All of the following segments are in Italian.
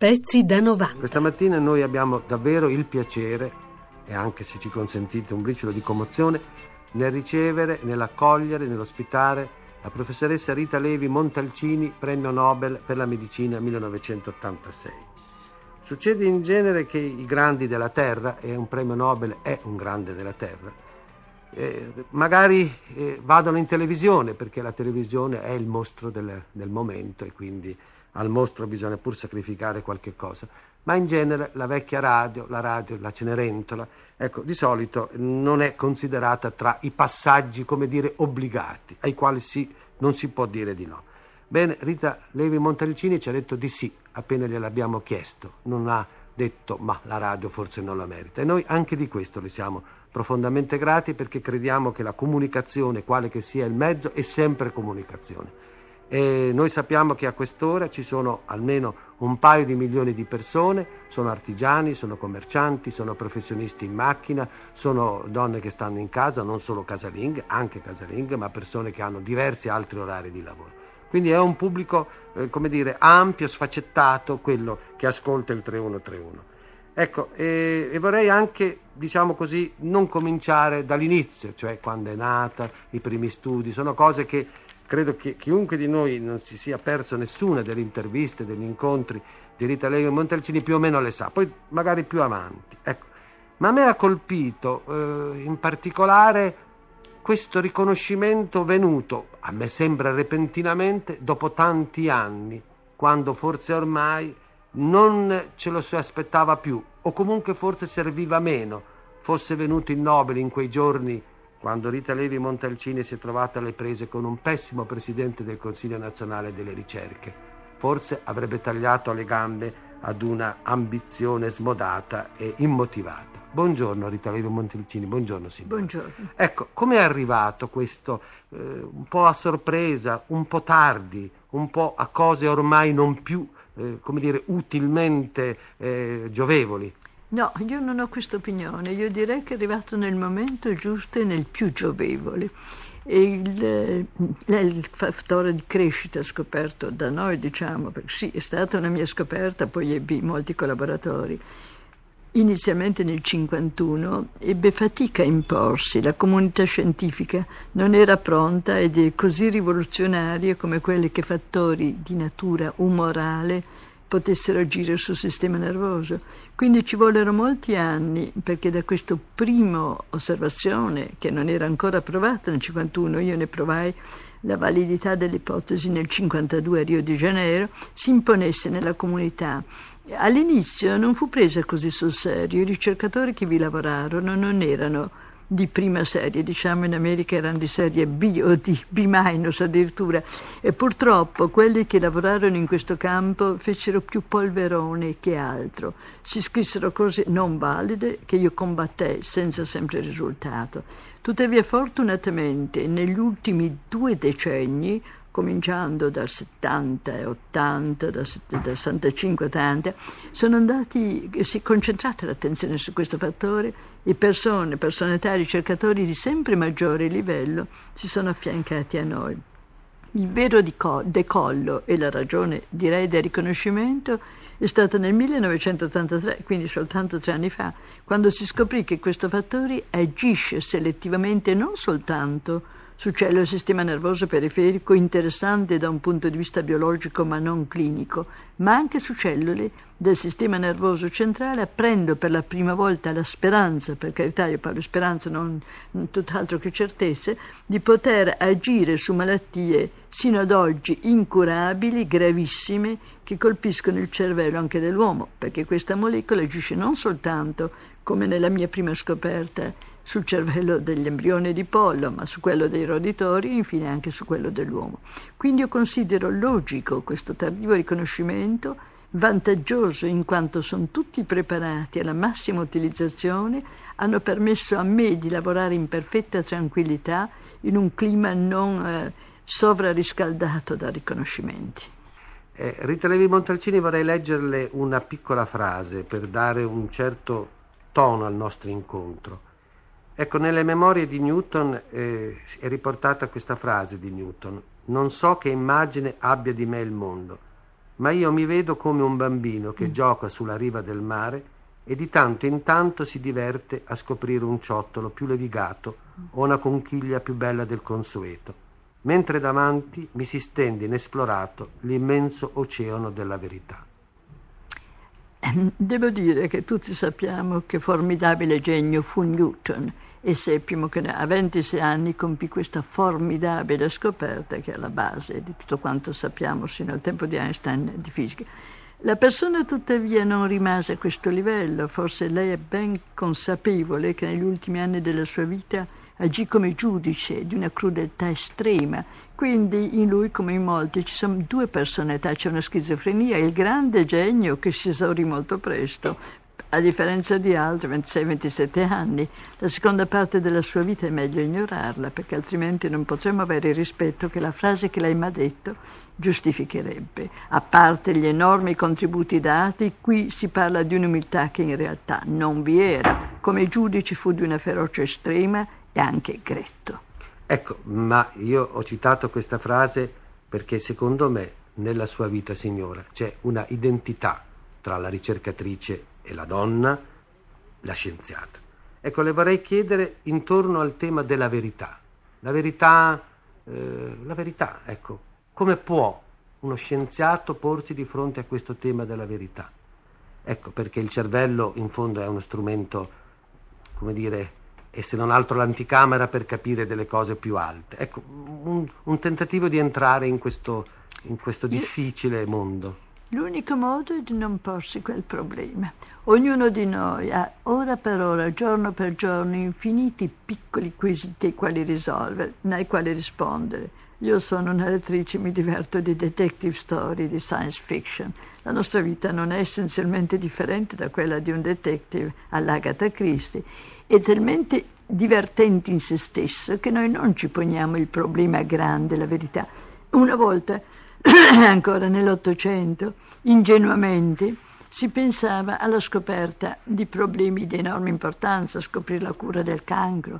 Pezzi da 90. Questa mattina noi abbiamo davvero il piacere, e anche se ci consentite un briciolo di commozione, nel ricevere, nell'accogliere, nell'ospitare la professoressa Rita Levi Montalcini, premio Nobel per la medicina 1986. Succede in genere che i grandi della Terra, e un premio Nobel è un grande della Terra, magari vadano in televisione, perché la televisione è il mostro del momento e quindi al mostro bisogna pur sacrificare qualche cosa, ma in genere la vecchia radio, la Cenerentola, ecco, di solito non è considerata tra i passaggi, come dire, obbligati, ai quali non si può dire di no. Bene, Rita Levi Montalcini ci ha detto di sì, appena gliel'abbiamo chiesto, non ha detto ma la radio forse non la merita, e noi anche di questo le siamo profondamente grati, perché crediamo che la comunicazione, quale che sia il mezzo, è sempre comunicazione. E noi sappiamo che a quest'ora ci sono almeno un paio di milioni di persone, sono artigiani, sono commercianti, sono professionisti in macchina, sono donne che stanno in casa, non solo casalinghe, anche casalinghe, ma persone che hanno diversi altri orari di lavoro. Quindi è un pubblico, come dire, ampio, sfaccettato, quello che ascolta il 3131. Ecco, e vorrei anche, diciamo così, non cominciare dall'inizio, cioè quando è nata, i primi studi, sono cose che credo che chiunque di noi non si sia perso nessuna delle interviste, degli incontri di Rita Levi Montalcini più o meno le sa, poi magari più avanti. Ecco. Ma a me ha colpito in particolare questo riconoscimento venuto, a me sembra repentinamente, dopo tanti anni, quando forse ormai non ce lo si aspettava più, o comunque forse serviva meno, fosse venuto il Nobel in quei giorni quando Rita Levi Montalcini si è trovata alle prese con un pessimo presidente del Consiglio Nazionale delle Ricerche. Forse avrebbe tagliato le gambe ad una ambizione smodata e immotivata. Buongiorno Rita Levi Montalcini, buongiorno signora. Buongiorno. Ecco, come è arrivato questo un po' a sorpresa, un po' tardi, un po' a cose ormai non più, come dire, utilmente giovevoli? No, io non ho questa opinione, io direi che è arrivato nel momento giusto e nel più giovevole. E il fattore di crescita scoperto da noi, diciamo, perché sì, è stata una mia scoperta, poi ebbi molti collaboratori. Inizialmente nel 1951 ebbe fatica a imporsi, la comunità scientifica non era pronta ed è così rivoluzionaria come quelle che fattori di natura umorale potessero agire sul sistema nervoso. Quindi ci vollero molti anni, perché da questa prima osservazione, che non era ancora provata nel 1951, io ne provai la validità dell'ipotesi nel 1952 a Rio de Janeiro, si imponesse nella comunità. All'inizio non fu presa così sul serio, i ricercatori che vi lavorarono non erano di prima serie, diciamo in America erano di serie B o di B- addirittura, e purtroppo quelli che lavorarono in questo campo fecero più polverone che altro, si scrissero cose non valide che io combattei senza sempre risultato. Tuttavia fortunatamente negli ultimi 2 decenni, cominciando dal 70 e 80, dal 65 80, si è concentrata l'attenzione su questo fattore e personalità, ricercatori di sempre maggiore livello si sono affiancati a noi. Il vero decollo e la ragione, direi, del riconoscimento è stato nel 1983, quindi soltanto 3 anni fa, quando si scoprì che questo fattore agisce selettivamente non soltanto su cellule del sistema nervoso periferico interessanti da un punto di vista biologico ma non clinico, ma anche su cellule del sistema nervoso centrale, aprendo per la prima volta la speranza, per carità io parlo di speranza, non tutt'altro che certezze, di poter agire su malattie sino ad oggi incurabili, gravissime, che colpiscono il cervello anche dell'uomo, perché questa molecola agisce non soltanto, come nella mia prima scoperta, sul cervello degli embrioni di pollo, ma su quello dei roditori e infine anche su quello dell'uomo. Quindi io considero logico questo tardivo riconoscimento, vantaggioso in quanto sono tutti preparati alla massima utilizzazione, hanno permesso a me di lavorare in perfetta tranquillità in un clima non sovrariscaldato da riconoscimenti. Rita Levi Montalcini, vorrei leggerle una piccola frase per dare un certo tono al nostro incontro. Ecco, nelle memorie di Newton è riportata questa frase di Newton: non so che immagine abbia di me il mondo, ma io mi vedo come un bambino che gioca sulla riva del mare e di tanto in tanto si diverte a scoprire un ciottolo più levigato o una conchiglia più bella del consueto, mentre davanti mi si stende inesplorato l'immenso oceano della verità. Devo dire che tutti sappiamo che formidabile genio fu Newton e seppimo che a 26 anni compì questa formidabile scoperta che è alla base di tutto quanto sappiamo sino al tempo di Einstein di fisica. La persona tuttavia non rimase a questo livello, forse lei è ben consapevole che negli ultimi anni della sua vita agì come giudice di una crudeltà estrema, quindi in lui come in molti ci sono due personalità, c'è una schizofrenia, il grande genio che si esaurì molto presto, a differenza di altri 26-27 anni. La seconda parte della sua vita è meglio ignorarla, perché altrimenti non potremmo avere il rispetto che la frase che lei mi ha detto giustificherebbe. A parte gli enormi contributi dati, qui si parla di un'umiltà che in realtà non vi era. Come giudice fu di una ferocia estrema e anche gretto. Ecco, ma io ho citato questa frase perché secondo me nella sua vita, signora, c'è una identità tra la ricercatrice e la donna, la scienziata. Ecco, le vorrei chiedere intorno al tema della verità. La verità, ecco, come può uno scienziato porsi di fronte a questo tema della verità? Ecco, perché il cervello in fondo è uno strumento, come dire, e se non altro l'anticamera per capire delle cose più alte. Ecco, un tentativo di entrare in questo difficile mondo. L'unico modo è di non porsi quel problema. Ognuno di noi ha ora per ora, giorno per giorno, infiniti piccoli quesiti ai quali risolvere, ai quali rispondere. Io sono una lettrice, mi diverto di detective story, di science fiction. La nostra vita non è essenzialmente differente da quella di un detective all'Agatha Christie. È talmente divertente in se stesso che noi non ci poniamo il problema grande, la verità. Una volta, ancora nell'Ottocento, ingenuamente si pensava alla scoperta di problemi di enorme importanza, scoprire la cura del cancro.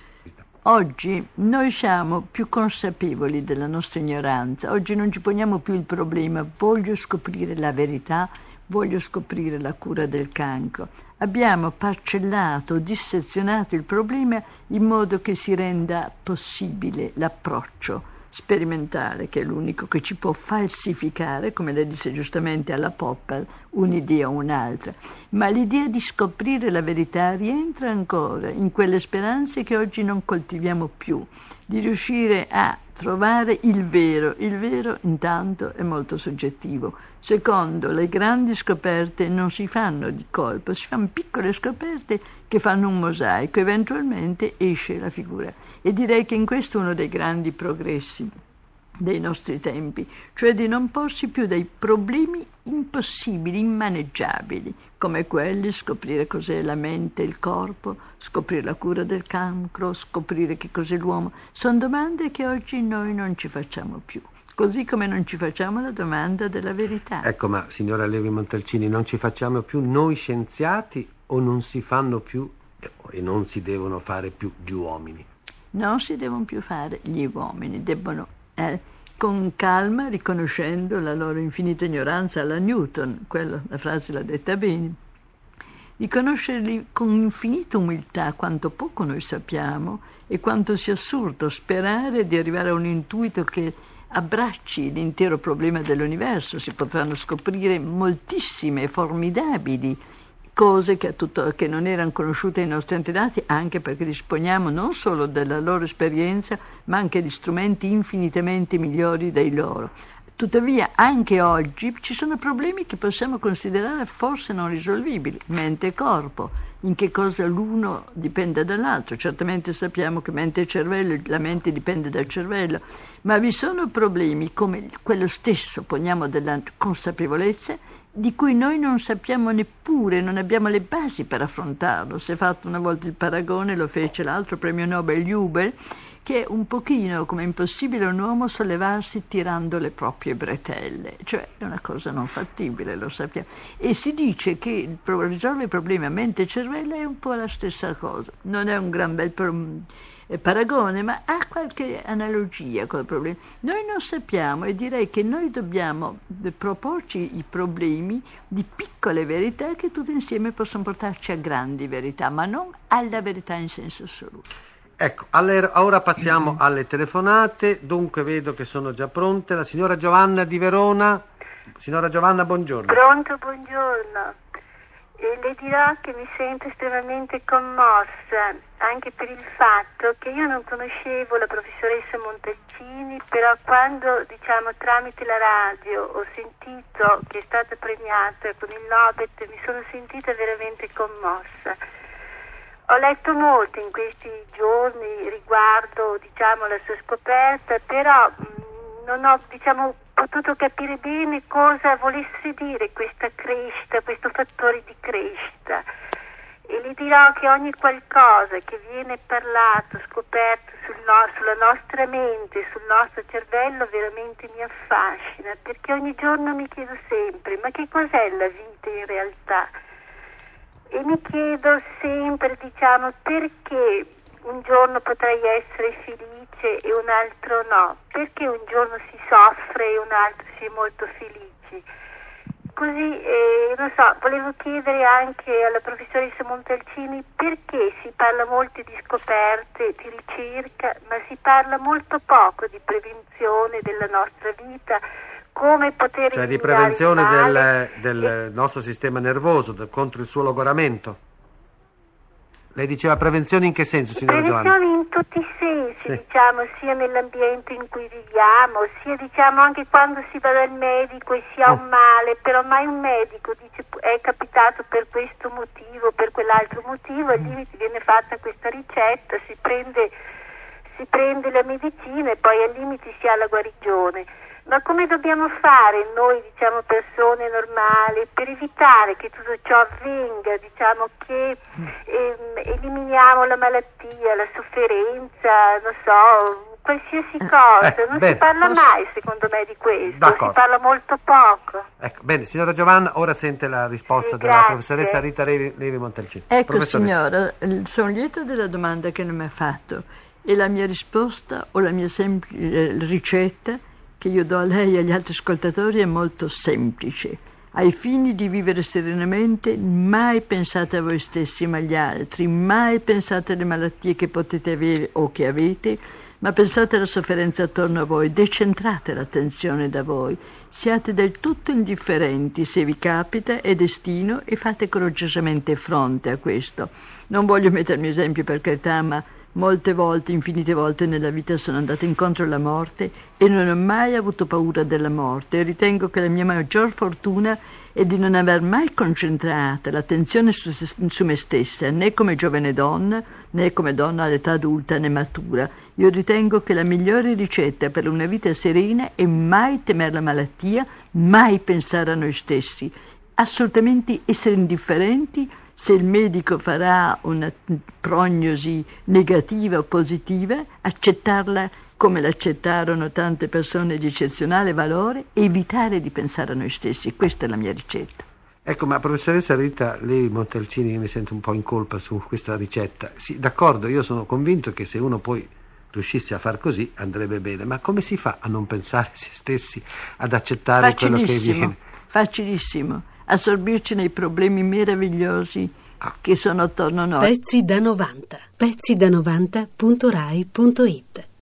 Oggi noi siamo più consapevoli della nostra ignoranza, oggi non ci poniamo più il problema, voglio scoprire la verità, voglio scoprire la cura del cancro. Abbiamo parcellato, dissezionato il problema in modo che si renda possibile l'approccio sperimentale, che è l'unico che ci può falsificare, come lei disse giustamente alla Popper, un'idea o un'altra. Ma l'idea di scoprire la verità rientra ancora in quelle speranze che oggi non coltiviamo più, di riuscire a trovare il vero. Il vero intanto è molto soggettivo. Secondo, le grandi scoperte non si fanno di colpo, si fanno piccole scoperte che fanno un mosaico, eventualmente esce la figura. E direi che in questo è uno dei grandi progressi dei nostri tempi, cioè di non porsi più dei problemi impossibili, immaneggiabili, come quelli, scoprire cos'è la mente e il corpo, scoprire la cura del cancro, scoprire che cos'è l'uomo. Sono domande che oggi noi non ci facciamo più. Così come non ci facciamo la domanda della verità. Ecco, ma signora Levi Montalcini, non ci facciamo più noi scienziati o non si fanno più e non si devono fare più gli uomini? Non si devono più fare gli uomini, debbono con calma, riconoscendo la loro infinita ignoranza alla Newton, la frase l'ha detta bene, riconoscerli con infinita umiltà quanto poco noi sappiamo e quanto sia assurdo sperare di arrivare a un intuito che abbracci l'intero problema dell'universo. Si potranno scoprire moltissime e formidabili cose che non erano conosciute ai nostri antenati, anche perché disponiamo non solo della loro esperienza, ma anche di strumenti infinitamente migliori dei loro. Tuttavia, anche oggi ci sono problemi che possiamo considerare forse non risolvibili, mente e corpo, in che cosa l'uno dipende dall'altro. Certamente sappiamo che mente e cervello, la mente dipende dal cervello, ma vi sono problemi come quello stesso, poniamo, della consapevolezza, di cui noi non sappiamo neppure, non abbiamo le basi per affrontarlo. Si è fatto una volta il paragone, lo fece l'altro premio Nobel Joubert, che è un pochino come impossibile a un uomo sollevarsi tirando le proprie bretelle, cioè è una cosa non fattibile, lo sappiamo. E si dice che risolvere il problema mente e cervello è un po' la stessa cosa, non è un gran bel paragone, ma ha qualche analogia col problema. Noi non sappiamo, e direi che noi dobbiamo proporci i problemi di piccole verità che tutte insieme possono portarci a grandi verità, ma non alla verità in senso assoluto. Ecco, ora passiamo alle telefonate. Dunque vedo che sono già pronte. La signora Giovanna di Verona. Signora Giovanna, buongiorno. Pronto, buongiorno. Le dirò che mi sento estremamente commossa anche per il fatto che io non conoscevo la professoressa Montalcini, però quando, tramite la radio ho sentito che è stata premiata con il Nobel, mi sono sentita veramente commossa. Ho letto molto in questi giorni riguardo, la sua scoperta, però non ho, potuto capire bene cosa volesse dire questa crescita, questo fattore di crescita. E le dirò che ogni qualcosa che viene parlato, scoperto sulla nostra mente, sul nostro cervello, veramente mi affascina, perché ogni giorno mi chiedo sempre, ma che cos'è la vita in realtà? E mi chiedo sempre, perché un giorno potrei essere felice e un altro no? Perché un giorno si soffre e un altro si è molto felici? Così, volevo chiedere anche alla professoressa Montalcini perché si parla molto di scoperte, di ricerca, ma si parla molto poco di prevenzione della nostra vita, come poter cioè di prevenzione del nostro sistema nervoso contro il suo logoramento. Lei diceva prevenzione in che senso, signora Giovanna? Prevenzione in tutti i sensi, sì. Sia nell'ambiente in cui viviamo, sia anche quando si va dal medico e si ha un male, però mai un medico dice è capitato per questo motivo, per quell'altro motivo, al limite viene fatta questa ricetta, si prende la medicina e poi al limite si ha la guarigione. Ma come dobbiamo fare noi, persone normali, per evitare che tutto ciò avvenga, che eliminiamo la malattia, la sofferenza, qualsiasi cosa. Si parla mai, secondo me, di questo. D'accordo. Si parla molto poco. Ecco, bene, signora Giovanna, ora sente la risposta della professoressa Rita Levi Montalcini. Ecco, signora, sono lieta della domanda che non mi ha fatto, e la mia risposta o la mia ricetta che io do a lei e agli altri ascoltatori è molto semplice. Ai fini di vivere serenamente, mai pensate a voi stessi ma agli altri, mai pensate alle malattie che potete avere o che avete, ma pensate alla sofferenza attorno a voi, decentrate l'attenzione da voi, siate del tutto indifferenti se vi capita, è destino, e fate coraggiosamente fronte a questo. Non voglio mettermi esempio per carità, ma molte volte, infinite volte nella vita sono andata incontro alla morte e non ho mai avuto paura della morte, e ritengo che la mia maggior fortuna è di non aver mai concentrata l'attenzione su me stessa, né come giovane donna, né come donna all'età adulta né matura. Io ritengo che la migliore ricetta per una vita serena è mai temere la malattia, mai pensare a noi stessi, assolutamente essere indifferenti. Se il medico farà una prognosi negativa o positiva, accettarla come l'accettarono tante persone di eccezionale valore, e evitare di pensare a noi stessi. Questa è la mia ricetta. Ecco, ma professoressa Rita Levi Montalcini, io mi sento un po' in colpa su questa ricetta. Sì, d'accordo, io sono convinto che se uno poi riuscisse a far così andrebbe bene, ma come si fa a non pensare a se stessi, ad accettare quello che viene? Facilissimo. Assorbirci nei problemi meravigliosi che sono attorno a noi. Pezzi da 90. Pezzi da 90.rai.it